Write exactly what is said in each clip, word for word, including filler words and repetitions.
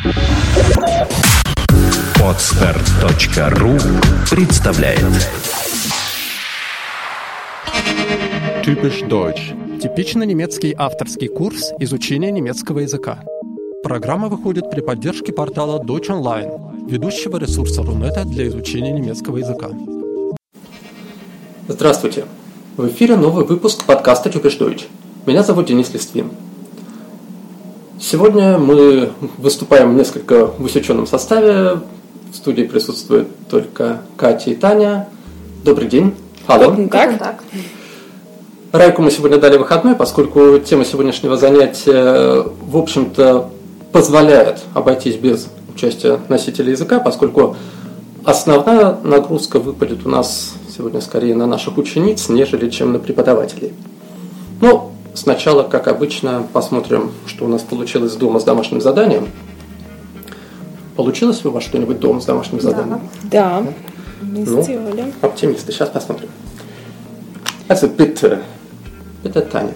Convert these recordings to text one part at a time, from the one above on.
Подстер точка ру представляет Typisch Deutsch. Типично немецкий авторский курс изучения немецкого языка. Программа выходит при поддержке портала Deutsch Online, ведущего ресурса Рунета для изучения немецкого языка. Здравствуйте! В эфире новый выпуск подкаста Typisch Deutsch. Меня зовут Денис Листвин. Сегодня мы выступаем в несколько в усеченном составе. В студии присутствуют только Катя и Таня. Добрый день. Алло. Так. Райку мы сегодня дали выходной, поскольку тема сегодняшнего занятия, в общем-то, позволяет обойтись без участия носителя языка, поскольку основная нагрузка выпадет у нас сегодня скорее на наших учениц, нежели чем на преподавателей. Ну, сначала, как обычно, посмотрим, что у нас получилось дома с домашним заданием. Получилось у вас что-нибудь дома с домашним заданием? Да, да. Мы Ну, сделали. оптимисты, сейчас посмотрим. Also bitte, bitte, Таня.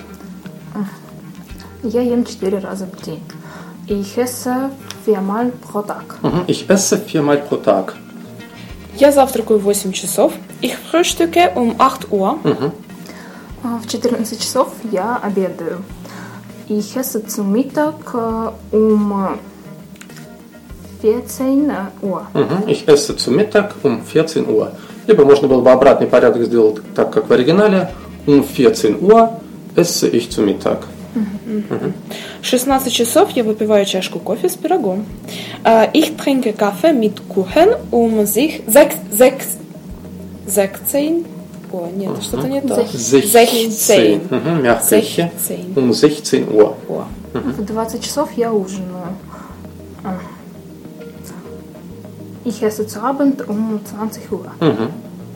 Я ем четыре раза в день. Ich esse viermal pro Tag. Mhm. Ich esse viermal pro Tag. Я завтракаю в восемь часов. Ich frühstücke um acht Uhr. Mhm. В четырнадцать часов я обедаю. Ich esse zum Mittag um vierzehn Uhr. Mhm. Ich esse zu Mittag um vierzehn Uhr. Либо можно было бы обратный порядок сделать так, как в оригинале. Um vierzehn Uhr esse ich zu Mittag. В шестнадцать часов я выпиваю чашку кофе с пирогом. Uh, ich trinke Kaffee mit Kuchen um sich sechs, sechs, sechzehn Uhr. Нет, Mhm. что-то не то. sechzehn. Mhm. Мягкое «х». sechzehn. Um sechzehn Uhr. Uhr. В двадцать часов я ужинаю. Ich esse zu Abend um zwanzig Uhr. Mhm.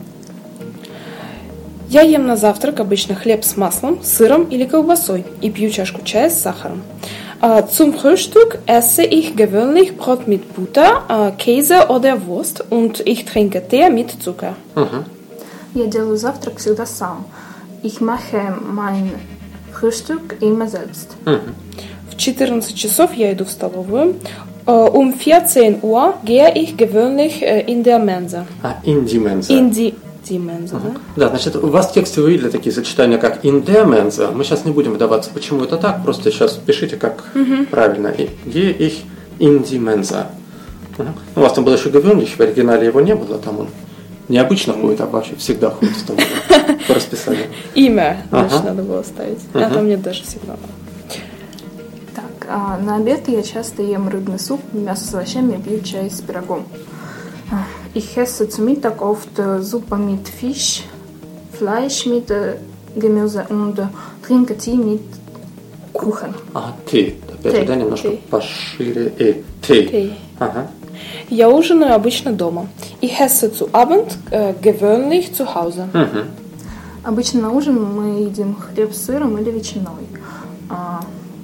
Я ем на завтрак обычно хлеб с маслом, сыром или колбасой и пью чашку чая с сахаром. Uh, zum Frühstück esse ich gewöhnlich Brot mit Butter, uh, Käse oder Wurst und ich trinke Tee mit Zucker. Mhm. Я делаю завтрак всегда сам. Ich mache mein Frühstück immer selbst. Mhm. В четырнадцать часов я иду в столовую. Uh, um vierzehn Uhr gehe ich gewöhnlich uh, in der Mensa. Ah, in die Mensa. In die, die Mensa, Mhm. да? Да, значит, у вас в тексте вы видели такие сочетания, как in der Mensa. Мы сейчас не будем вдаваться, почему это так, просто сейчас пишите, как Mhm. правильно. И gehe ich in die Mensa. Mhm. У вас там был еще gewöhnlich, в оригинале его не было, там он необычно ходит, а вообще всегда ходит в столовую по расписанию. Имя, Ага. значит, надо было ставить. А Мгм. там нет даже сигнала. Так, а на обед я часто ем рыбный суп, мясо с овощами и пью чай с пирогом. Ich esse zu Mittag oft Suppe mit Fisch, Fleisch mit Gemüse und trinke Tee mit Kuchen. А, ты. Опять же, Ты. да, немножко Ты. пошире. Э, ты. Ты. Ага. Я ужинаю обычно дома. Ich esse zu Abend äh, gewöhnlich zu Hause. Мгм. Обычно на ужин мы едим хлеб с сыром или ветчиной. А,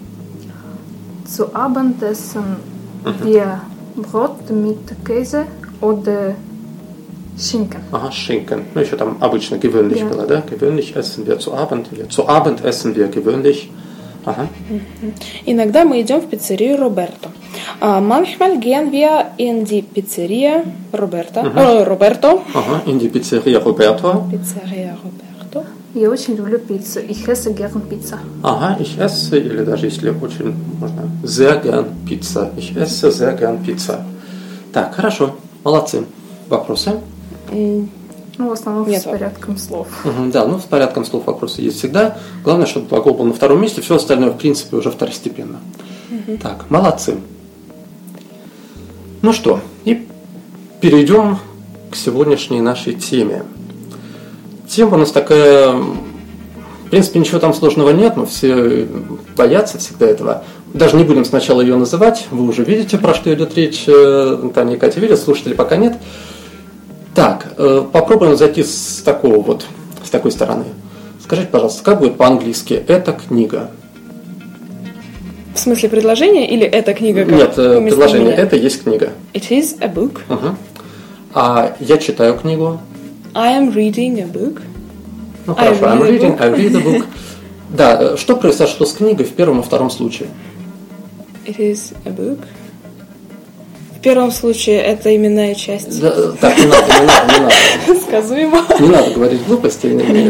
Zu Abend essen wir Brot mit Käse oder Schinken. Ага, Schinken. Ну, еще там обычно gewöhnlich Ja. было, да? Gewöhnlich essen wir zu Abend. Или zu Abend essen wir gewöhnlich. Ага. Иногда мы идем в пиццерию Роберто. А, manchmal gehen wir in die Pizzeria Roberta. Э, Roberto. Ага. In die Pizzeria Roberto. Pizzeria Roberto. Я очень люблю пиццу. Ich esse gern Pizza. Ага, ich esse, или даже если очень можно, sehr gern Pizza. Ich esse sehr gern Pizza. Так, хорошо, молодцы. Вопросы? М, Ну, в основном Нет с порядком слов. Мгм, да, ну с порядком слов вопросы есть всегда. Главное, чтобы глагол был на втором месте, все остальное, в принципе, уже второстепенно. Так, молодцы. Ну что, и перейдем к сегодняшней нашей теме. Тема у нас такая, в принципе, ничего там сложного нет, но все боятся всегда этого. Даже не будем сначала ее называть, вы уже видите, про что идет речь. Таня и Катя видят, слушатели пока нет. Так, попробуем зайти с такого вот, с такой стороны. Скажите, пожалуйста, как будет по-английски «эта книга»? В смысле предложение или эта книга? Как Нет, вместо предложение меня? «это» есть книга. It is a book. Угу. А я читаю книгу. I am reading a book. Ну I хорошо, I'm read a reading, book. I read a book. Да, что произошло с книгой в первом и втором случае? It is a book. В первом случае это именная часть. Да, так, не надо, не надо, не надо. Сказуемо. Не надо говорить глупости.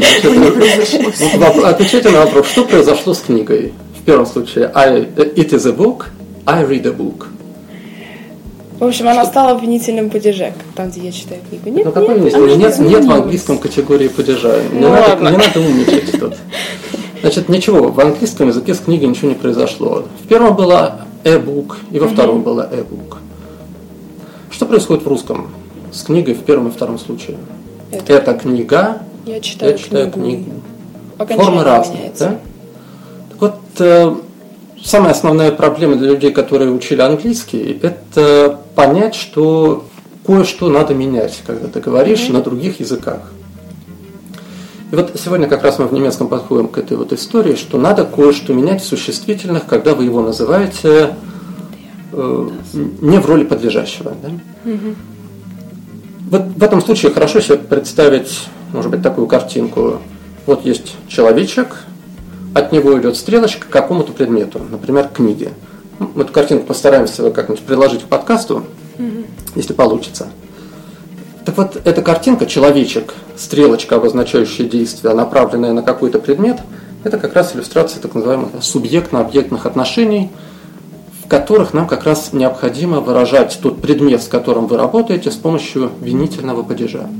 Отвечайте на вопрос, что произошло с книгой. В первом случае, I, it is a book, I read a book. В общем, она стала обвинительным падеже, там, где я читаю книгу. Нет, ну, какой нет, нет, нет, нет в английском категории падежа. Не, ну, надо, не надо умничать тут. Значит, ничего, в английском языке с книгой ничего не произошло. В первом было a book, и во uh-huh. втором было a book. Что происходит в русском с книгой в первом и втором случае? Это, Это книга, я читаю, я читаю книгу. книгу. Формы разные. Да? Так вот, э, самая основная проблема для людей, которые учили английский, это понять, что кое-что надо менять, когда ты говоришь mm-hmm. на других языках. И вот сегодня как раз мы в немецком подходим к этой вот истории, что надо кое-что менять в существительных, когда вы его называете э, не в роли подлежащего. Да? Mm-hmm. Вот в этом случае хорошо себе представить, может быть, такую картинку. Вот есть человечек, от него идет стрелочка к какому-то предмету, например, к книге. Мы эту картинку постараемся как-нибудь приложить к подкасту, mm-hmm. если получится. Так вот, эта картинка, человечек, стрелочка, обозначающая действие, направленная на какой-то предмет, это как раз иллюстрация так называемых субъектно-объектных отношений, в которых нам как раз необходимо выражать тот предмет, с которым вы работаете, с помощью винительного падежа.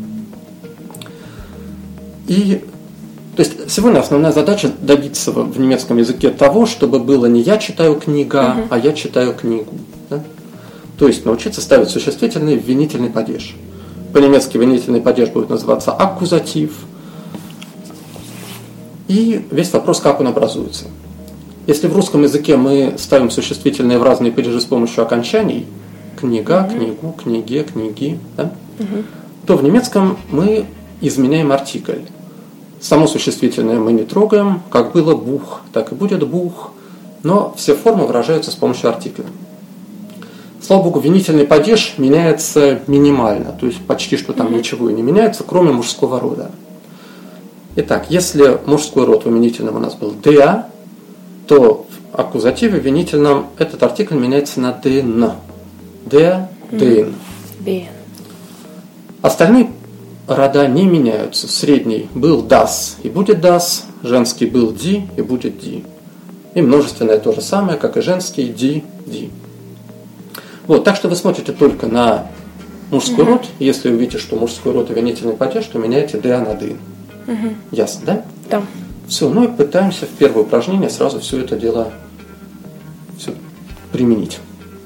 И то есть сегодня основная задача добиться в немецком языке того, чтобы было не я читаю книга, uh-huh. а я читаю книгу. Да? То есть научиться ставить существительный в винительный падеж. По-немецки винительный падеж будет называться аккузатив. И весь вопрос, как он образуется. Если в русском языке мы ставим существительные в разные падежи с помощью окончаний, книга, uh-huh. книгу, книге, книги, да? uh-huh. то в немецком мы изменяем артикль. Само существительное мы не трогаем, как было бух, так и будет бух, но все формы выражаются с помощью артикля. Слава богу, винительный падеж меняется минимально, то есть почти что там mm-hmm. ничего и не меняется, кроме мужского рода. Итак, если мужской род в именительном у нас был der, то в аккузативе винительном этот артикль меняется на den. Der, den. Mm-hmm. Остальные рода не меняются. Средний был das и будет das, женский был die и будет die. И множественное то же самое, как и женский die, die. Вот, так что вы смотрите только на мужской uh-huh. род. Если увидите, что мужской род и винительный падеж, то меняете der на den. Uh-huh. Ясно, да? Да. Все, ну и пытаемся в первое упражнение сразу все это дело все применить.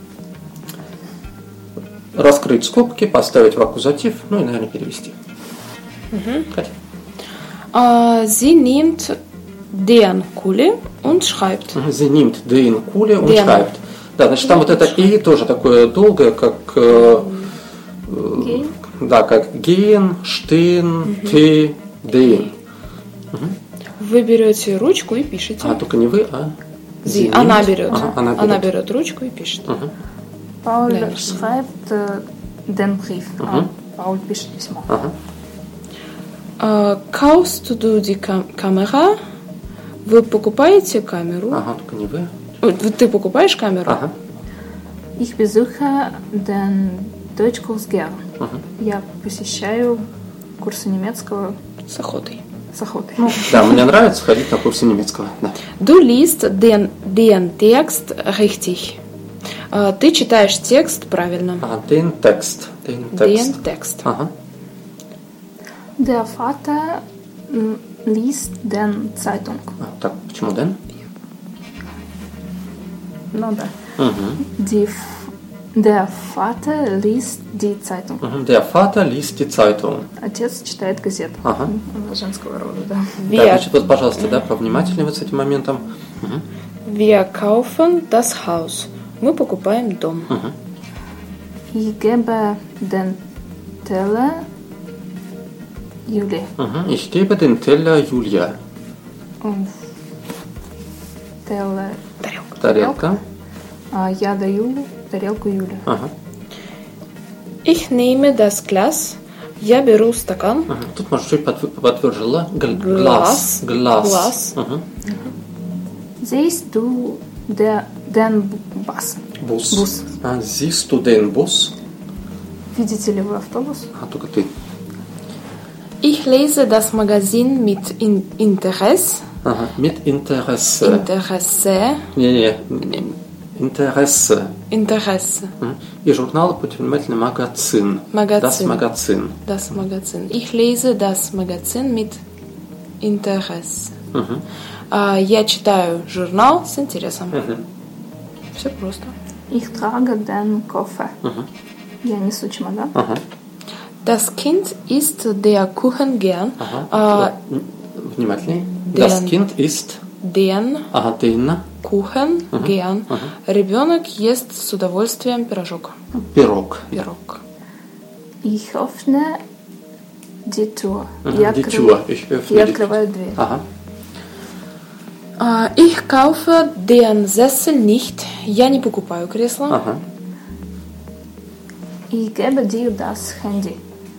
Раскрыть скобки, поставить в аккузатив, ну и, наверное, перевести. Uh-huh. Катя? Uh, sie nimmt den Kuhle und schreibt. Uh-huh. Sie nimmt den Kuhle und den. schreibt. Да, значит, там вот это «и» тоже такое долгое, как э, э, да, как «gehen», «stehen», «te», «den». Угу. Вы берете ручку и пишете. А, только не вы, а Sie. Она берет. Ага, она берет. Она берет ручку и пишет. Угу. Paul schreibt äh, den Brief. Угу. А Paul пишет письмо. Ага. Uh, kaufst du die Kamera? Вы покупаете камеру? Ага, только не вы. Ты покупаешь камеру? Ага. Ich besuche den Deutschkurs gern. Ага. Я посещаю курсы немецкого с охотой. С охотой. Ну, да, мне нравится ходить на курсы немецкого. Да. Du liest den, den Text richtig. Uh, ты читаешь текст правильно. А, den Text. Den Text. Den Text. Ага. Der Vater liest den Zeitung. А, так, почему den? Ну да. Угу. Die, der Vater liest die Zeitung. Угу. Der Vater liest die Zeitung. Отец читает газету. Ага. Женского рода, да. Да, значит, вот, пожалуйста, да, повнимательнее вот с этим моментом. Угу. Wir kaufen das Haus. Мы покупаем дом. Угу. Ich gebe den Teller Julie. Угу. Ich gebe den Teller Julia. Teller. Тарелка. Тарелка. А я даю тарелку Юле. Ага. Ich nehme das Glas. Я беру стакан. Ага. Тут, может, чуть подтвердила. Глаз. Глаз. Глаз. Ага. Siehst du der, den Bass? Бус. Бус. А, siehst du den Bus? Видите ли вы автобус? А только ты. Ich lese das Magazin mit in Interesse. Ага. Mit Interesse. Interesse. Не-не, Interesse. Interesse. Мгм. И журнал, будьте внимательны, Magazin. Magazin. Das Magazin. Das Magazin. Ich lese das Magazin mit Interesse. Мгм. А, я читаю журнал с интересом. Мгм. Все просто. Ich trage den Koffer. Мгм. Я несу чемодан. Ага. Das Kind isst der Kuchen gern. Ага. А, Да. Внимательней. Den- Das Kind ist. den Ага, den Kuchen gern. Ребенок ест с удовольствием пирожок. пирог. Пирог. Ich öffne die Tür. Ага, Я die открываю- Tür. Ich öffne Я die- открываю дверь. Ага. А, Ich kaufe den Sessel nicht. Я не покупаю кресло. Ага. Ich gebe dir das Handy.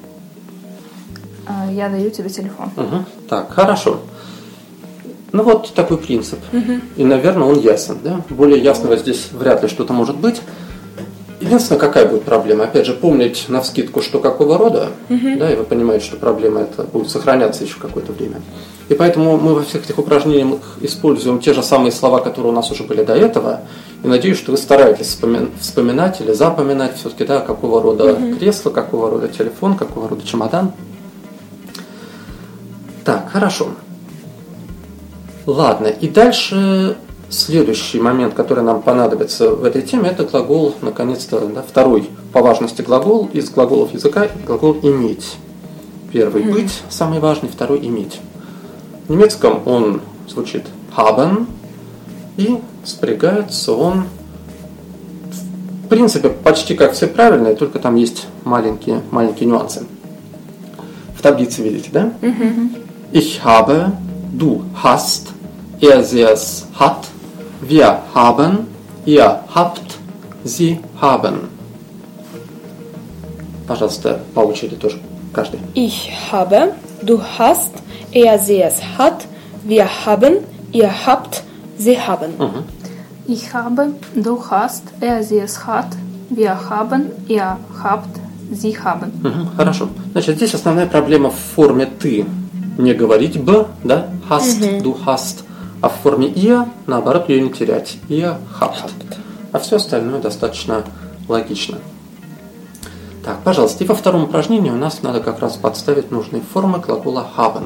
А, Я даю тебе телефон. Мгм. Так, хорошо. Ну вот такой принцип. И, наверное, он ясен. Да? Более ясного здесь вряд ли что-то может быть. Единственное, какая будет проблема? Опять же, помнить навскидку, что какого рода, да, и вы понимаете, что проблема эта будет сохраняться еще какое-то время. И поэтому мы во всех этих упражнениях используем те же самые слова, которые у нас уже были до этого. И надеюсь, что вы стараетесь вспоми- вспоминать или запоминать все-таки, да, какого рода кресло, какого рода телефон, какого рода чемодан. Так, хорошо. Ладно, и дальше следующий момент, который нам понадобится в этой теме, это глагол, наконец-то, да, второй по важности глагол из глаголов языка, глагол «иметь». Первый «быть», самый важный, второй «иметь». В немецком он звучит «haben», и спрягается он, в принципе, почти как все правильные, только там есть маленькие, маленькие нюансы. В таблице видите, да? Ich habe, du hast, er sie es hat, wir haben, ihr habt, sie haben. Пожалуйста, по очереди тоже каждый. Ich habe, du hast, er sie es hat, wir haben, ihr habt, sie haben. Ich habe, du hast, er sie es hat, wir haben, ihr habt, sie haben. Мгм, хорошо. Значит, здесь основная проблема в форме «ты». Не говорить «б», да? Hast, du hast. А в форме «ihr», наоборот, ее не терять. Ihr habt. А все остальное достаточно логично. Так, пожалуйста, и во втором упражнении у нас надо как раз подставить нужные формы глагола haben.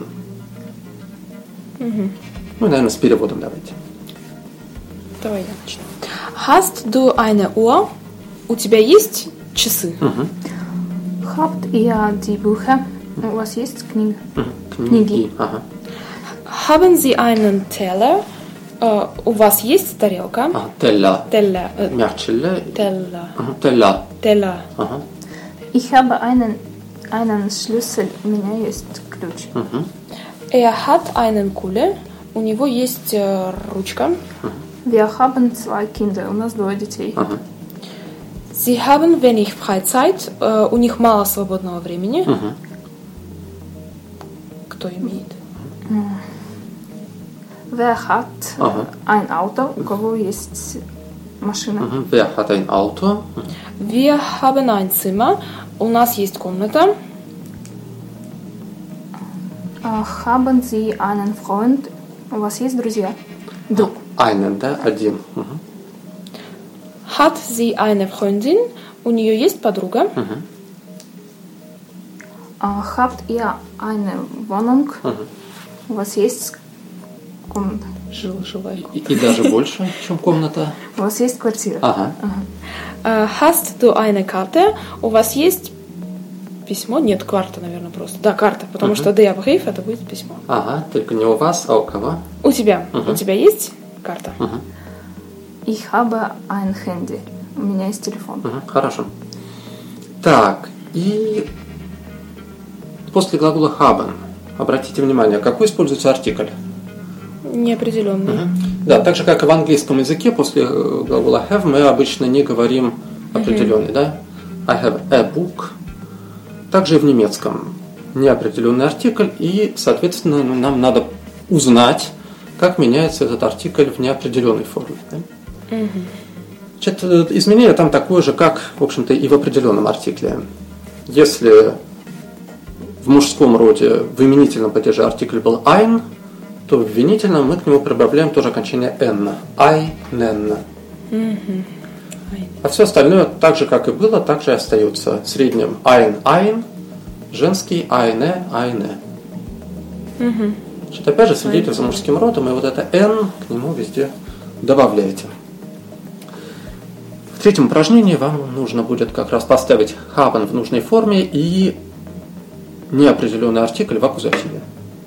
Ну, и, наверное, с переводом давайте. Давай я начну. Hast du eine Uhr? У тебя есть часы? Habt ihr die Bücher? У вас есть книга? Книги. Ага. Haben Sie einen Teller? Э, у вас есть тарелка? Ага, Teller. Teller. э, Мягче «л». Teller. Ага, Teller. Teller. Ага. Ich habe einen, einen Schlüssel. У меня есть ключ. Er hat einen Kuli. У него есть э, ручка. Wir haben zwei Kinder. У нас двое детей. Ага. Sie haben wenig Freizeit. Э, у них мало свободного времени. Кто имеет? Wer hat Ага. ein Auto? У кого есть машина? Мгм. Wer hat ein Auto? Wir haben ein Zimmer. У нас есть комната. Äh, Haben Sie einen Freund? У вас есть друзья? Друг. Einen, да? Один. Мгм. Hat sie eine Freundin? У нее есть подруга. Äh, Habt ihr eine Wohnung? У вас есть комната? Жил, живой. И, и даже больше, чем комната. У вас есть квартира? Ага. Äh, Hast du eine Karte? У вас есть письмо? Нет, карта, наверное, просто. Да, карта, потому что der Brief это будет письмо. Ага, только не у вас, а у кого? У тебя? У тебя есть карта? Ich habe ein Handy. У меня есть телефон. Мгм, хорошо. Так, и после глагола haben, обратите внимание, какой используется артикль? Неопределенный. Да, так же, как и в английском языке, после э, глагола have мы обычно не говорим определенный, да? I have a book. Также и в немецком неопределенный артикль, и, соответственно, ну, нам надо узнать, как меняется этот артикль в неопределенной форме. Да? Значит, изменение там такое же, как, в общем-то, и в определенном артикле. Если в мужском роде в именительном падеже артикль был ein, то в винительном мы к нему прибавляем тоже окончание n. Einen. Мгм. А все остальное, так же, как и было, так же и остается. В среднем ein, ein, женский eine, eine. Мгм. Значит, опять же, свидетель за мужским родом, и вот это n к нему везде добавляете. В третьем упражнении вам нужно будет как раз поставить haben в нужной форме и неопределенный артикль в аккузативе.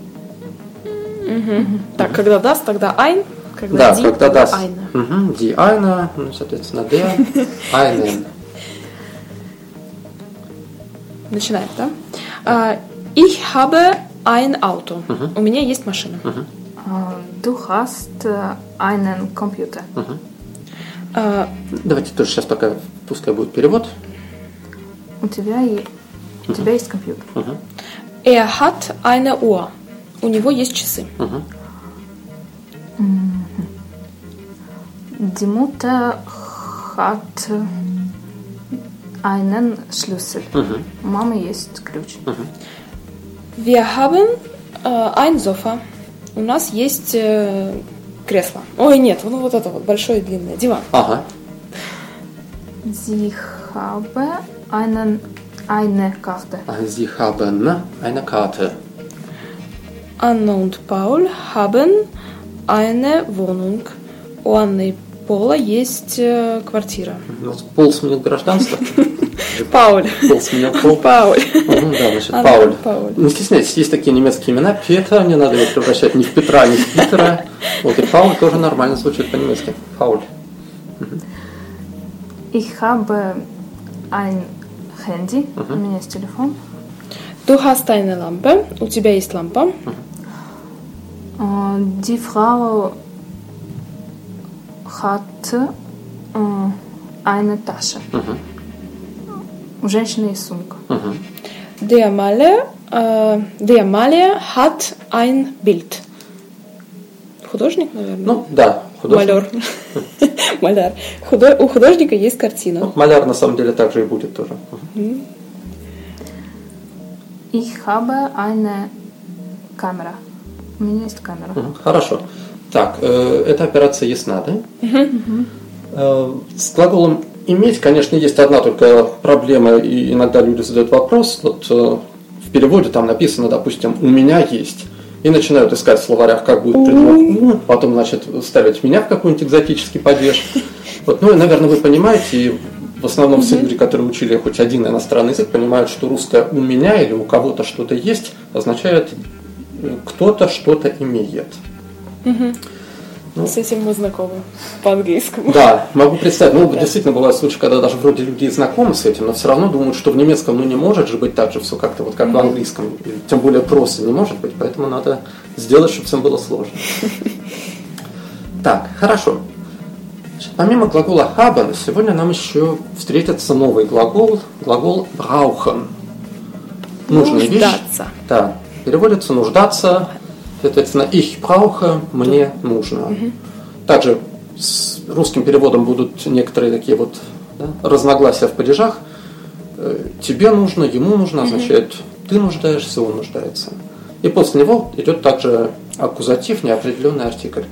Мгм. Так, когда даст, тогда ein. Когда Да, die, когда тогда даст eine. угу, die eine, ну, соответственно, der, einen. Начинаем, да? А, Ich habe ein Auto. У меня есть машина. А, Du hast äh, einen Computer. А, Давайте тоже сейчас пока, пускай будет перевод. У тебя, и... У тебя есть компьютер. Er hat eine Uhr. У него есть часы. Die Mutter hat einen Schlüssel. У мамы есть ключ. Wir haben äh, ein Sofa. У нас есть э, кресло. Ой, нет, ну вот это вот большое длинное диван. Ага. Sie habe einen, eine Karte. Sie haben eine Karte. Анна und Paul haben eine Wohnung. У Анны и Пола есть э, квартира. У нас Пол сменил гражданство. Пауль. Пол сменил Пол. Пауль. Угу, да, значит, Анна Пауль. и Пауль. Не стесняйтесь, есть такие немецкие имена. Петра, не надо его превращать ни в Петра, ни в Питера. Вот и Пауль тоже нормально звучит по-немецки. Пауль. Ich habe ein Handy. У меня есть телефон. Du hast eine Lampe. У тебя есть лампа. Äh, Die Frau hat äh, eine Tasche. У женщины есть сумка. Der Maler, äh, der Maler hat ein Bild. Художник, наверное? Ну, да, художник. Маляр. Маляр. Худо- У художника есть картина. Ну, маляр на самом деле также и будет тоже. Ich habe eine Kamera. У меня есть камера. Мгм, хорошо. Так, э, эта операция ясна, да? Э, с глаголом «иметь», конечно, есть одна только проблема, и иногда люди задают вопрос. Вот э, в переводе там написано, допустим, «у меня есть». И начинают искать в словарях, как будет предлог «у», потом, значит, ставить «меня» в какой-нибудь экзотический падеж. Вот, ну и, наверное, вы понимаете, и в основном все люди, которые учили хоть один иностранный язык, понимают, что русское «у меня» или «у кого-то что-то есть» означает «кто-то что-то имеет». С этим мы знакомы по-английскому. Да, могу представить. Ну, действительно, бывают случаи, когда даже вроде люди и знакомы с этим, но все равно думают, что в немецком ну не может же быть так же все как-то вот как в английском. И тем более просто не может быть, поэтому надо сделать, чтобы всем было сложно. Так, хорошо. Значит, помимо глагола haben, сегодня нам еще встретится новый глагол, глагол brauchen. Нужная вещь. Нуждаться. Да, переводится нуждаться. Соответственно, ich brauche, мне нужно. Также с русским переводом будут некоторые такие вот да, разногласия в падежах. Э, Тебе нужно, ему нужно, означает ты нуждаешься, он нуждается. И после него идет также аккузатив, неопределенный артикль.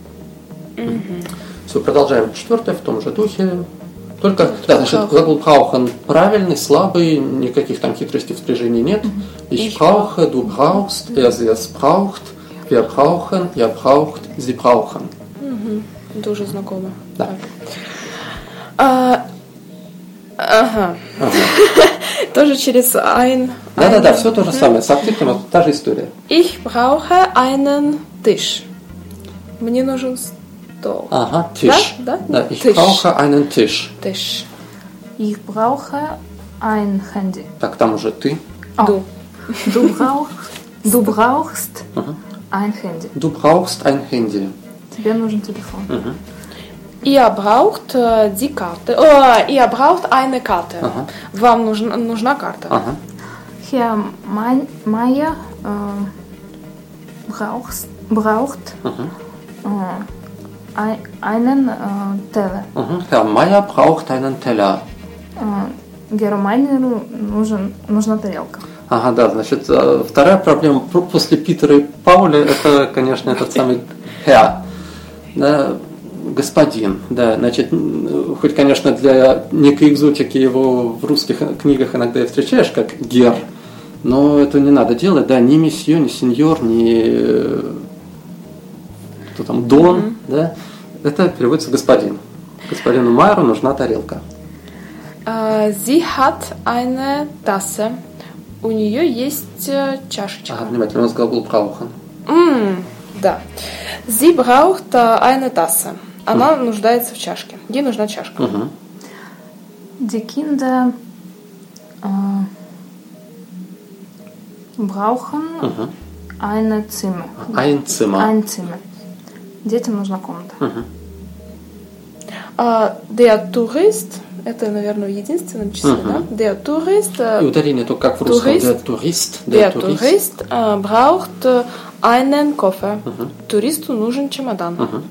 Все, продолжаем. Четвертое в том же духе. Только, да, значит, глагол brauchen правильный, слабый, никаких там хитростей в спряжении нет. Ich brauche, du brauchst, er sie es braucht, wir brauchen, ihr braucht, sie brauchen. Это уже знакомо. Да. Так. А, ага. Тоже через ein. Да-да-да, все то же самое. С артиклем та же история. Ich brauche einen Tisch. Мне нужен стол. Ага, Tisch. Да? Да? Да, ich Tisch. brauche einen Tisch. Tisch. Ich brauche ein Handy. Так, там уже ты. Du. Du brauchst, du brauchst ein Handy. Du brauchst ein Handy. Тебе нужен телефон. Ihr braucht äh, die Karte. Oh, ihr braucht eine Karte. Ага. Вам нужна, нужна карта. Ага. Herr Mai- Meier äh, brauchst, braucht äh, ein, einen äh, Teller. Угу. Herr Meier braucht einen Teller. Э, Геру Майнеру нужен, нужна тарелка. Ага, да, значит, вторая проблема после Питера и Пауля, это, конечно, этот самый Herr, да, господин, да, значит, хоть, конечно, для некой экзотики его в русских книгах иногда и встречаешь как Гер, но это не надо делать, да, ни месье, ни сеньор, ни кто там, Дон, mm-hmm. да, это переводится господин. Господину Майеру нужна тарелка. Uh, sie hat eine Tasse. У нее есть äh, чашечка. Ага, внимательно, у нас глагол brauchen. Mm, да. Sie braucht äh, eine Tasse. Она mm. нуждается в чашке. Ей нужна чашка. Mm-hmm. Die Kinder äh, brauchen mm-hmm. ein Zimmer. Ein Zimmer. Ein Zimmer. Детям нужна комната. Mm-hmm. Uh, der Tourist, это, наверное, в единственном числе, uh-huh. да? Der Tourist, И ударение только как в русском. Tourist, Der Tourist. Der, der Tourist uh, braucht uh, einen Koffer. Uh-huh. Туристу нужен чемодан. Uh-huh.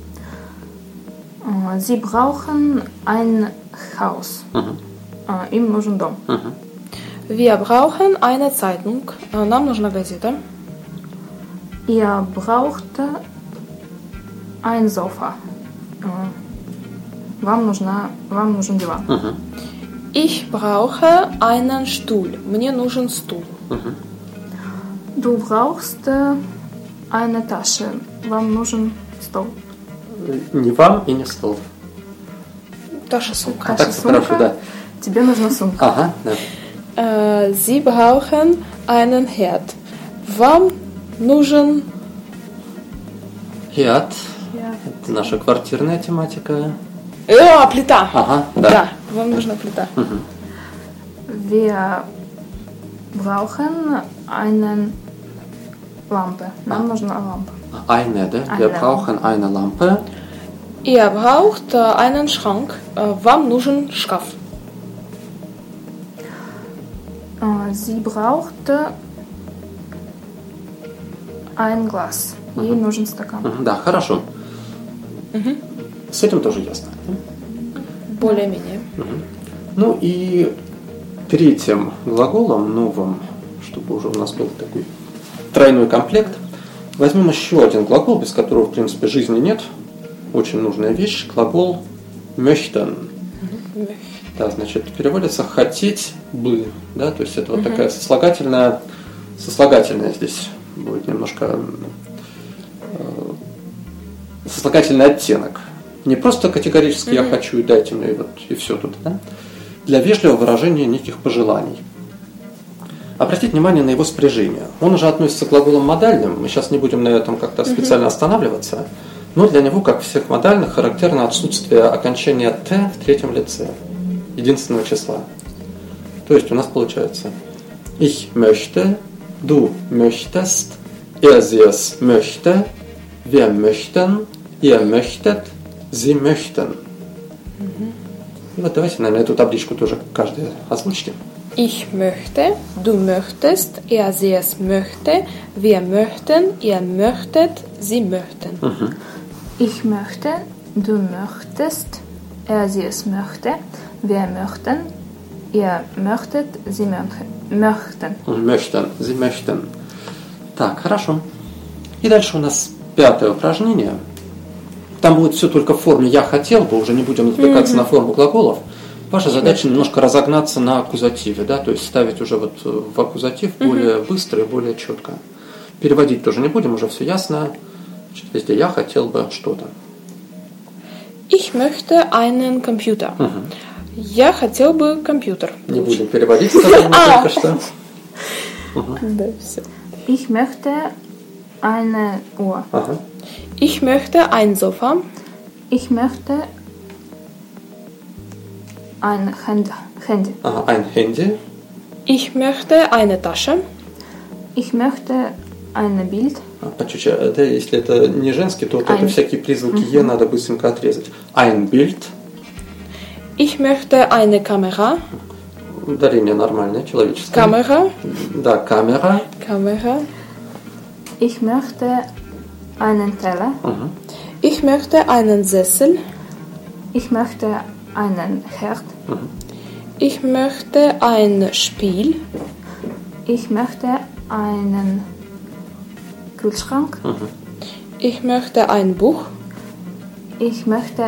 Uh, Sie brauchen ein Haus. Uh-huh. Uh, им нужен дом. Uh-huh. Wir brauchen eine Zeitung. Uh, нам нужна газета. Ihr braucht ein Sofa. Uh, Вам нужна, вам нужен диван. Uh-huh. Ich brauche einen Stuhl. Мне нужен стул. Uh-huh. Du brauchst eine Tasche. Вам нужен стол. Не вам и не стол. Таша сумка. А так все хорошо, да. Тебе нужна сумка. Ага, да. Uh, Sie brauchen einen Herd. Вам нужен Herd. Herd. Это наша квартирная тематика. А, плита. Ага, да. Да, вам нужна плита. Угу. Wir brauchen eine Lampe. Нам нужна лампа. Eine, да? Wir brauchen eine Lampe. Ihr braucht äh, einen Schrank. Äh, вам нужен шкаф. Äh, Sie braucht ein Glas. Ей Угу. нужен стакан. Угу, да, хорошо. Угу. С этим тоже ясно. Более-менее. Угу. Ну и третьим глаголом новым, чтобы уже у нас был такой тройной комплект, возьмем еще один глагол, без которого, в принципе, жизни нет. Очень нужная вещь. Глагол möchten. Угу. Да, значит, переводится «хотеть бы». Да, то есть это вот угу. такая сослагательная, сослагательная здесь будет немножко э, сослагательный оттенок. Не просто категорически mm-hmm. «я хочу» и «дайте мне», и, вот, и все тут, да? Для вежливого выражения неких пожеланий. Обратите внимание на его спряжение. Он уже относится к глаголам модальным, мы сейчас не будем на этом как-то mm-hmm. специально останавливаться, но для него, как всех модальных, характерно отсутствие окончания «т» в третьем лице, единственного числа. То есть у нас получается «Ich möchte», «Du möchtest», «Er sie es möchte», «Wir möchten», «Ihr möchtet», Sie möchten. Mhm. И вот давайте, наверное, эту табличку тоже каждый озвучите. Ich möchte, du möchtest, er sie es möchte, wir möchten, ihr möchtet, sie möchten. Mhm. Ich möchte, du möchtest, er sie es möchte, wir möchten, ihr möchtet, sie möchten. Möchten, sie möchten. Так, хорошо. И дальше у нас пятое упражнение. Там будет все только в форме «я хотел бы», уже не будем отвлекаться mm-hmm. на форму глаголов. Ваша задача немножко разогнаться на аккузативе, да, то есть ставить уже вот в аккузатив mm-hmm. более быстро и более четко. Переводить тоже не будем, уже все ясно. Значит, везде «я хотел бы что-то». Ich möchte einen Computer. Mm-hmm. Я хотел бы компьютер. Не будем переводить, сказали мы только что. Да, все. Ich möchte eine Uhr. Ага. Ich möchte ein Sofa. Ich möchte ein Handy. Ага, ein Handy. Ich möchte eine Tasche. Ich möchte ein Bild. А, почуть, это, если это не женский, то вот ein. это всякие призвуки «е» uh-huh. надо быстренько отрезать. Ein Bild. Ich möchte eine Kamera. Ударение нормальное, человеческое. Камера. Да, камера. Камера. Ich möchte einen Teller. Угу. Ich möchte einen Sessel. Ich möchte einen Herd. Ich möchte ein Spiel. Ich möchte einen Kühlschrank. Ich möchte ein Buch. Ich möchte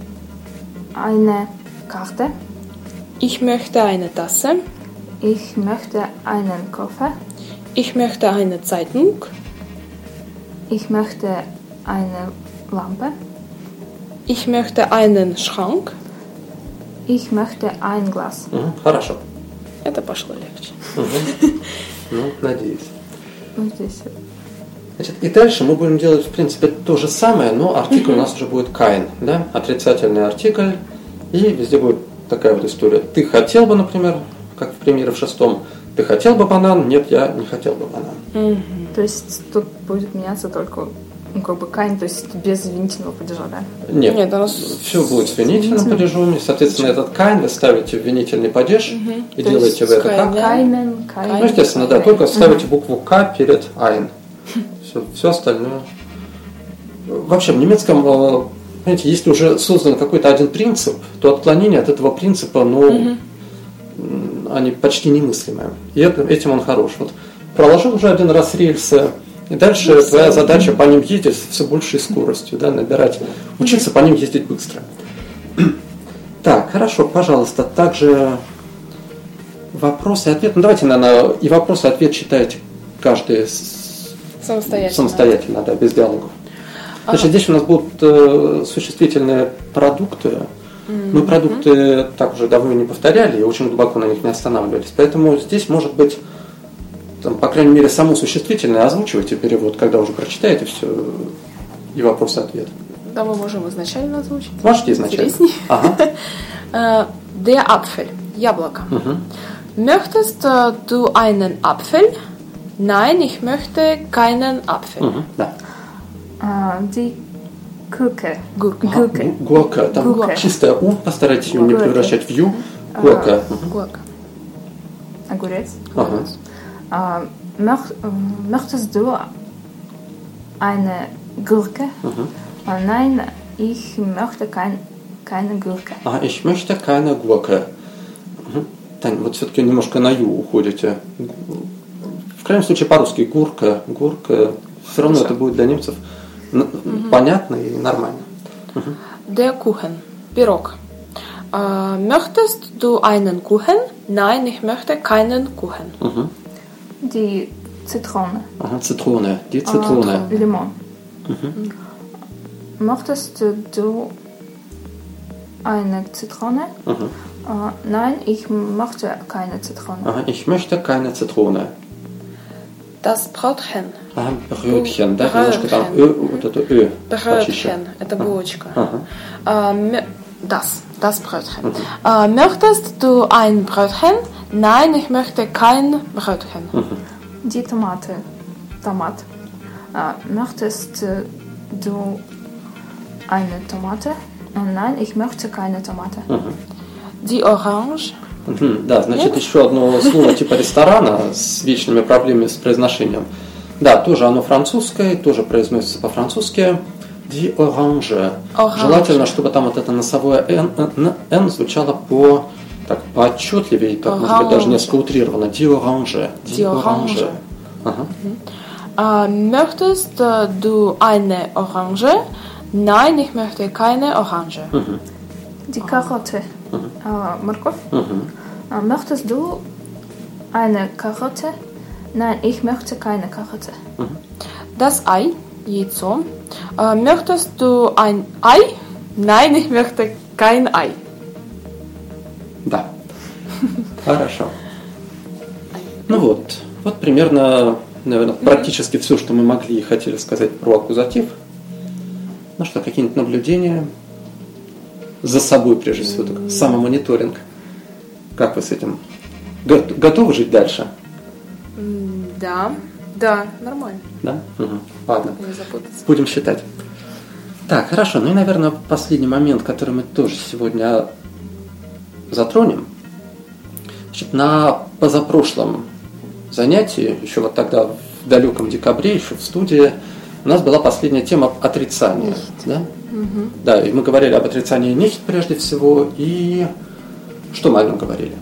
eine Karte. Ich möchte eine Tasse. Ich möchte einen Koffer. Ich möchte eine Zeitung. Ich möchte eine Lampe. Ich möchte einen Schrank. Ich möchte ein Glas. Мгм, Хорошо. Это пошло легче. Ну, надеюсь. Вот здесь. Значит, и дальше мы будем делать, в принципе, то же самое, но артикль у нас уже будет kein, да? Отрицательный артикль. И везде будет такая вот история. Ты хотел бы, например, как в примере в шестом, ты хотел бы банан? Нет, я не хотел бы банан. То есть тут будет меняться только, ну, как бы кайн, то есть без винительного падежа, да? Нет, Нет, у нас все будет с винительным падежом. И, соответственно, этот kein вы ставите в винительный падеж и То делаете есть в это kein, как? да? Кайнен, кайн. Ну, естественно, да, только ставите букву К перед ein. Все, все остальное. Вообще, в немецком, э, знаете, если уже создан какой-то один принцип, то отклонения от этого принципа, ну, м, они почти немыслимые. И это, этим он хорош. Вот проложил уже один раз рельсы, и дальше твоя задача по ним ездить с все большей скоростью, да, набирать, учиться по ним ездить быстро. Так, хорошо, пожалуйста, также вопросы и ответ. Ну, давайте, наверное, и вопросы и ответ читайте каждый с- самостоятельно. самостоятельно, да, без диалогов. Значит, здесь у нас будут э, существительные продукты. Мы продукты так уже давно не повторяли и очень глубоко на них не останавливались. Поэтому здесь может быть, там, по крайней мере, само существительное озвучивайте перевод, когда уже прочитаете все и вопрос-ответ. Да, мы можем изначально озвучить. Можете изначально? Интересней. Ага. Äh, Der Apfel. Яблоко. Möchtest äh, du einen Apfel? Nein, ich möchte keinen Apfel. Мгм, да. А, Die Gurke. Gurke. Gurke. Гу- Гуака. Там Гуака. чистая У, постарайтесь ее не Гуака. превращать в Ю. Гуака. Мгм. Gurke. Огурец. Ага. А, möcht- äh, Möchtest du eine Gurke? А, Nein, ich möchte kein, keine Gurke. А, ich möchte keine Gurke. Мгм. Тань, вот все-таки немножко на Ю уходите. В крайнем случае по-русски гурка, гурка. Все равно это будет для немцев н- понятно и нормально. Der Kuchen. Пирог. Äh, möchtest du einen Kuchen? Nein, ich möchte keinen Kuchen. Die Zitrone. Ага, цитроны, die цитроны. А, Limon. Möchtest du eine Zitrone? А, Nein, ich möchte keine Zitrone. Ага, ich möchte keine Zitrone. Das Brötchen. Ага, Brötchen, да, Brötchen. немножко там Ö, вот это Ö почище. Brötchen. Это булочка. Ага. Äh, mö- das. Das Brötchen. Äh, möchtest du ein Brötchen? Nein, ich möchte kein Brötchen. Die Tomate. Tomat. А, Möchtest du eine Tomate? А, Nein, ich möchte keine Tomate. Die Orange. Мгм, да, значит, еще одно слово типа ресторана с вечными проблемами с произношением. Да, тоже оно французское, тоже произносится по-французски. Die Orange. Orange. Желательно, чтобы там вот это носовое N, N, N звучало по так поотчетливее, так, может быть, даже Orange. несколько утрированно. Die Orange. Die Orange. Ага. Äh, möchtest äh, du eine Orange? Nein, ich möchte keine Orange. Die Karotte. А, Морковь. А, Möchtest du eine Karotte? Nein, ich möchte keine Karotte. Das Ei. Яйцо. Äh, möchtest du ein Ei? Nein, ich möchte kein Ei. Да. Хорошо. Ну вот. Вот примерно, наверное, практически все, что мы могли и хотели сказать про аккузатив. Ну что, какие-нибудь наблюдения за собой, прежде всего, так, самомониторинг. Как вы с этим? Го- Готовы жить дальше? Да. Да, нормально. Да? Мгм. Ладно. Не запутаться. Будем считать. Так, хорошо. Ну и, наверное, последний момент, который мы тоже сегодня затронем. Значит, на позапрошлом занятии, еще вот тогда в далеком декабре, еще в студии, У нас была последняя тема отрицания. Да? Угу. Да, и мы говорили об отрицании nicht прежде всего. И что мы о нем говорили?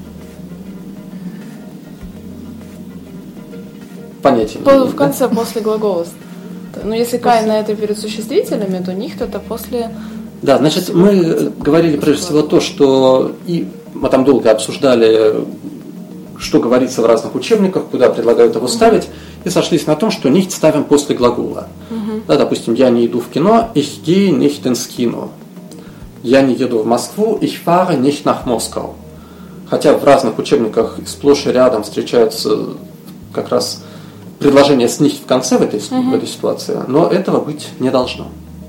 Понятия не имею, В конце, да? После глагола. Ну, если kein на это перед существительными, то nicht это после... Да, значит, мы говорили прежде всего то, что и мы там долго обсуждали, что говорится в разных учебниках, куда предлагают его ставить, и сошлись на том, что nicht ставим после глагола. Uh-huh. Да, допустим, я не иду в кино, ich gehe nicht ins Kino. Я не еду в Москву, ich fahre nicht nach Moskau. Хотя в разных учебниках сплошь и рядом встречаются как раз предложения с nicht в конце в этой, uh-huh. в этой ситуации, но этого быть не должно.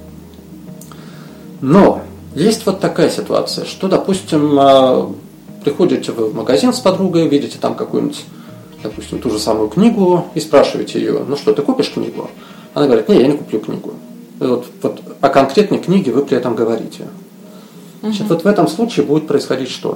Но есть вот такая ситуация, что, допустим, приходите вы в магазин с подругой, видите там какую-нибудь, допустим, ту же самую книгу и спрашиваете ее, ну что, ты купишь книгу? Она говорит, не, я не куплю книгу. И вот, вот о конкретной книге вы при этом говорите. Значит, uh-huh. вот в этом случае будет происходить что?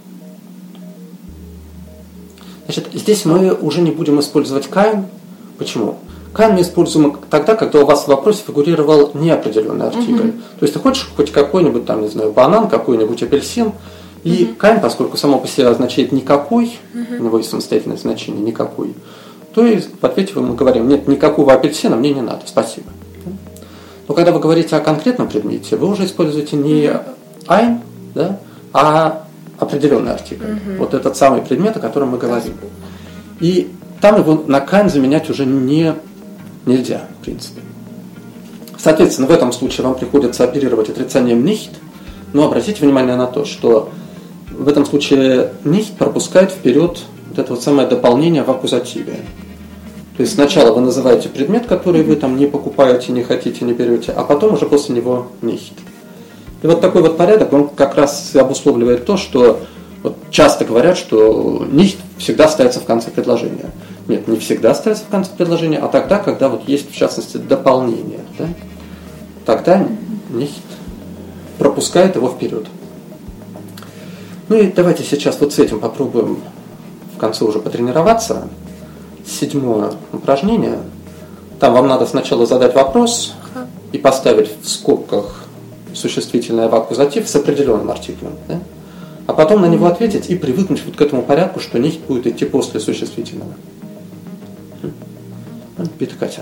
Значит, здесь мы уже не будем использовать kein. Почему? Kein мы используем тогда, когда у вас в вопросе фигурировал неопределенный артикль. Uh-huh. То есть ты хочешь хоть какой-нибудь там, не знаю, банан, какой-нибудь апельсин, и uh-huh. kein, поскольку само по себе означает никакой, uh-huh. у него есть самостоятельное значение никакой, то есть в ответе мы говорим, нет, никакого апельсина мне не надо, спасибо. Но когда вы говорите о конкретном предмете, вы уже используете не ein, да, а определенный артикль. Uh-huh. Вот этот самый предмет, о котором мы говорим. И там его на kein заменять уже не нельзя, в принципе. Соответственно, в этом случае вам приходится оперировать отрицанием nicht, но обратите внимание на то, что в этом случае nicht пропускает вперед вот это вот самое дополнение в аккузативе. То есть сначала вы называете предмет, который вы там не покупаете, не хотите, не берете, а потом уже после него nicht. И вот такой вот порядок, он как раз обусловливает то, что вот часто говорят, что nicht всегда ставится в конце предложения. Нет, не всегда ставится в конце предложения, а тогда, когда вот есть, в частности, дополнение. Да? Тогда nicht пропускает его вперед. Ну и давайте сейчас вот с этим попробуем в конце уже потренироваться. Седьмое упражнение. Там вам надо сначала задать вопрос и поставить в скобках существительное в аккузатив с определенным артиклем. Да? А потом на него ответить и привыкнуть вот к этому порядку, что nicht будет идти после существительного. Биtte, Катя.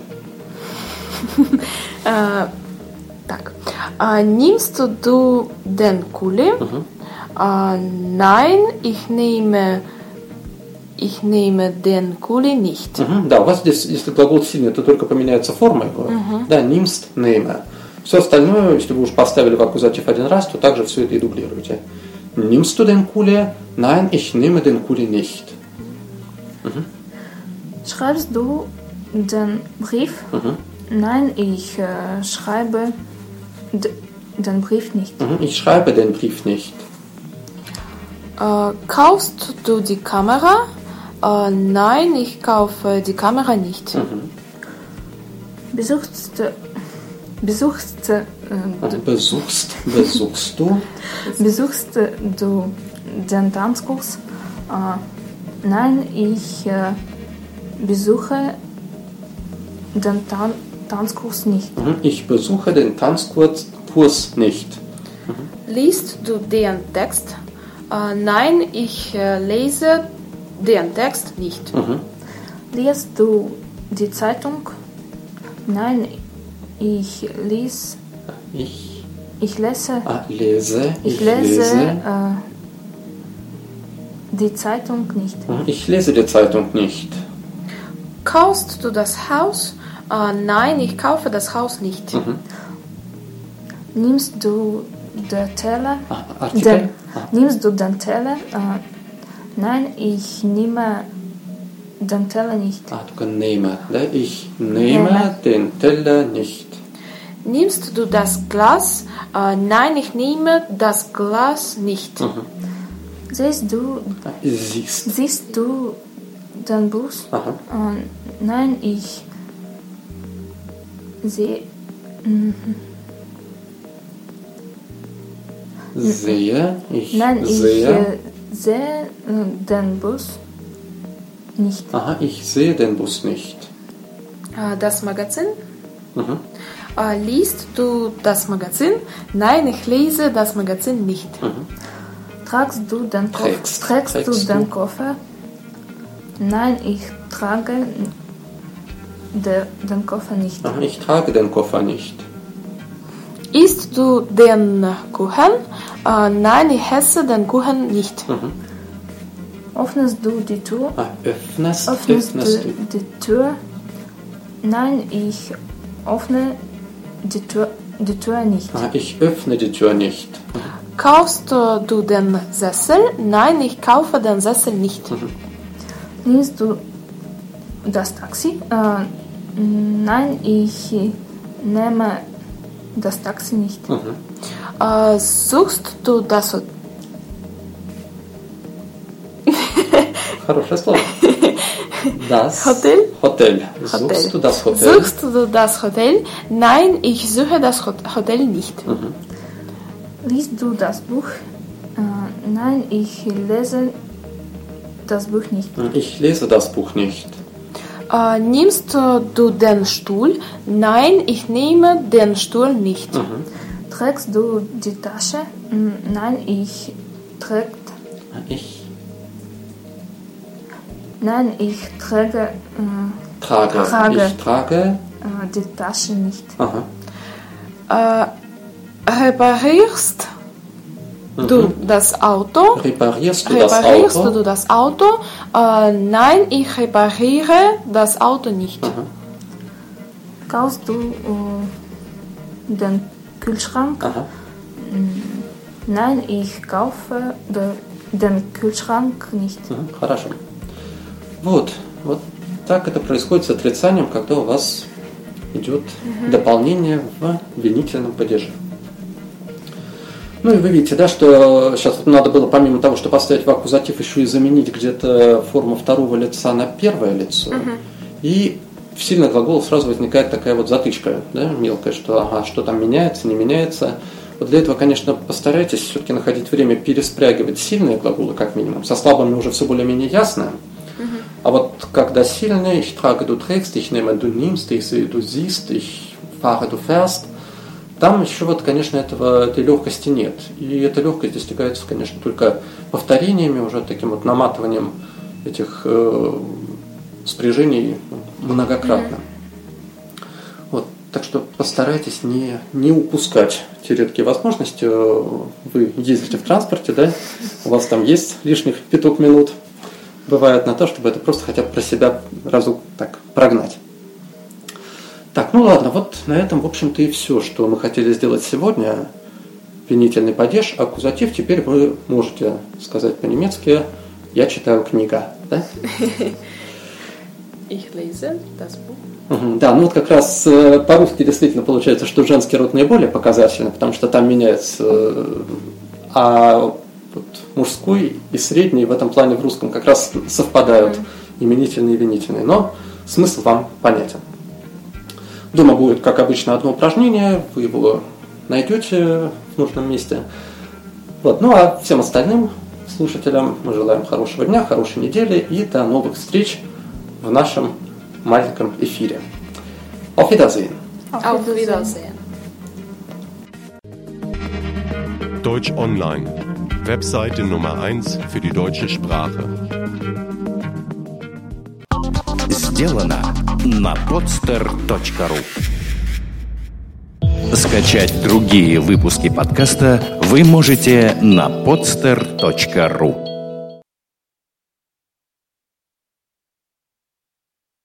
Так. Nimmst du den Kuli? Nein, ich nehme ich nehme den Kuli nicht. Да, у вас здесь, если глагол сильный, то только поменяется форма его. Да, nimmst, nehme. Все остальное, если вы уж поставили в аккузатив один раз, то также все это и дублируете. Nimmst du den Kuli? Nein, ich nehme den Kuli nicht. Mhm. Schreibst du den Brief? Mhm. Nein, ich äh, schreibe d- den Brief nicht. Mhm. Ich schreibe den Brief nicht. Äh, kaufst du die Kamera? Äh, nein, ich kaufe die Kamera nicht. Mhm. Besuchst Besuchst, äh, du, besuchst, besuchst du? Besuchst du den Tanzkurs? Äh, nein, ich äh, besuche den Tan- Tanzkurs nicht. Ich besuche den Tanzkurs Kurs nicht. Mhm. Liest du den Text? Äh, nein, ich äh, lese den Text nicht. Mhm. Liest du die Zeitung? Nein, ich lese. Ich. Ich lese. Ah, lese. Ich, ich lese, lese. Äh, die Zeitung nicht. Ich lese die Zeitung nicht. Kaufst du das Haus? Äh, nein, ich kaufe das Haus nicht. Mhm. Nimmst du den Teller? Ah, den, ah. Nimmst du den Teller? Äh, nein, ich nehme den Teller nicht. Ah, du kannst nehmen. Ich nehme ja. den Teller nicht. Nimmst du das Glas? Äh, nein, ich nehme das Glas nicht. Mhm. Siehst du, siehst. siehst du den Bus? Aha. Äh, nein, ich sehe. Mhm. Sehe. Ich nein, sehe. ich äh, sehe äh, den Bus nicht. Aha, ich sehe den Bus nicht. Äh, das Magazin? Mhm. Äh, liest du das Magazin? Nein, ich lese das Magazin nicht. Mhm. Tragst du den Koffer? Trägst. Trägst, Trägst du du? den Koffer? Nein, ich trage de, den Koffer nicht. Aha, ich trage den Koffer nicht. Isst du den Kuchen? Äh, nein, ich esse den Kuchen nicht. Mhm. Öffnest du die Tür? Ah, öffnest, Öffnest öffnest du du. die Tür? Nein, ich öffne die Tür, die Tür nicht. Ah, ich öffne die Tür nicht. Kaufst äh, du den Sessel? Nein, ich kaufe den Sessel nicht. Mhm. Nimmst du das Taxi? Äh, nein, ich nehme das Taxi nicht. Mhm. Äh, suchst du das Hotel? Хорошее слово. Das Hotel? Hotel. Hotel. Suchst du das Hotel? Suchst du das Hotel? Nein, ich suche das Hot- Hotel nicht. Mhm. Liest du das Buch? Äh, nein, ich lese das Buch nicht. Ich lese das Buch nicht. Äh, nimmst äh, du den Stuhl? Nein, ich nehme den Stuhl nicht. Mhm. Trägst du die Tasche? Mm, Nein, ich trägt. Ich Nein, ich trage äh, trage. Trage. Ich trage. äh, die Tasche nicht. Aha. Äh, reparierst du das Auto? Reparierst du das Reparierst Auto? du das Auto? Äh, nein, ich repariere das Auto nicht. Aha. Kaufst du äh, den Kühlschrank? Ага. Nein, ich kaufe de, den Kühlschrank nicht. Мгм, Хорошо. Вот, вот так это происходит с отрицанием, когда у вас идет дополнение в винительном падеже. Ну и вы видите, да, что сейчас вот надо было помимо того, что поставить в аккузатив, еще и заменить где-то форму второго лица на первое лицо. И в сильных глаголах сразу возникает такая вот затычка, да, мелкая, что ага, что там меняется, не меняется. Вот для этого, конечно, постарайтесь все-таки находить время переспрягивать сильные глаголы, как минимум. Со слабыми уже все более-менее ясно. А вот когда сильные, ich trage, du trägst, ich nehme, du nimmst, ich sehe, du siehst, ich fahre, du fährst, там еще вот, конечно, этого, этой легкости нет. И эта легкость достигается, конечно, только повторениями, уже таким вот наматыванием этих э, спряжений многократно. Вот, так что постарайтесь не, не упускать те редкие возможности. Вы ездите в транспорте, да? У вас там есть лишних пяток минут. Бывает на то, чтобы это просто хотя бы про себя разок так прогнать. Так, ну ладно, вот на этом, в общем-то, и все, что мы хотели сделать сегодня. Винительный падеж, аккузатив. Теперь вы можете сказать по-немецки «Я читаю книга». Да? Ich lese das Buch. Угу, да, ну вот как раз э, по-русски действительно получается, что женский род наиболее показательный, потому что там меняется, э, а вот мужской и средний в этом плане в русском как раз совпадают, именительные и винительные, но смысл вам понятен. Дома будет, как обычно, одно упражнение, вы его найдете в нужном месте. Вот. Ну а всем остальным слушателям мы желаем хорошего дня, хорошей недели и до новых встреч в нашем маленьком эфире. Auf Wiedersehen. Auf Wiedersehen. Deutsch Online. Webseite Nummer eins für die deutsche Sprache. Сделано на podster точка ру. Скачать другие выпуски подкаста вы можете на podster точка ру.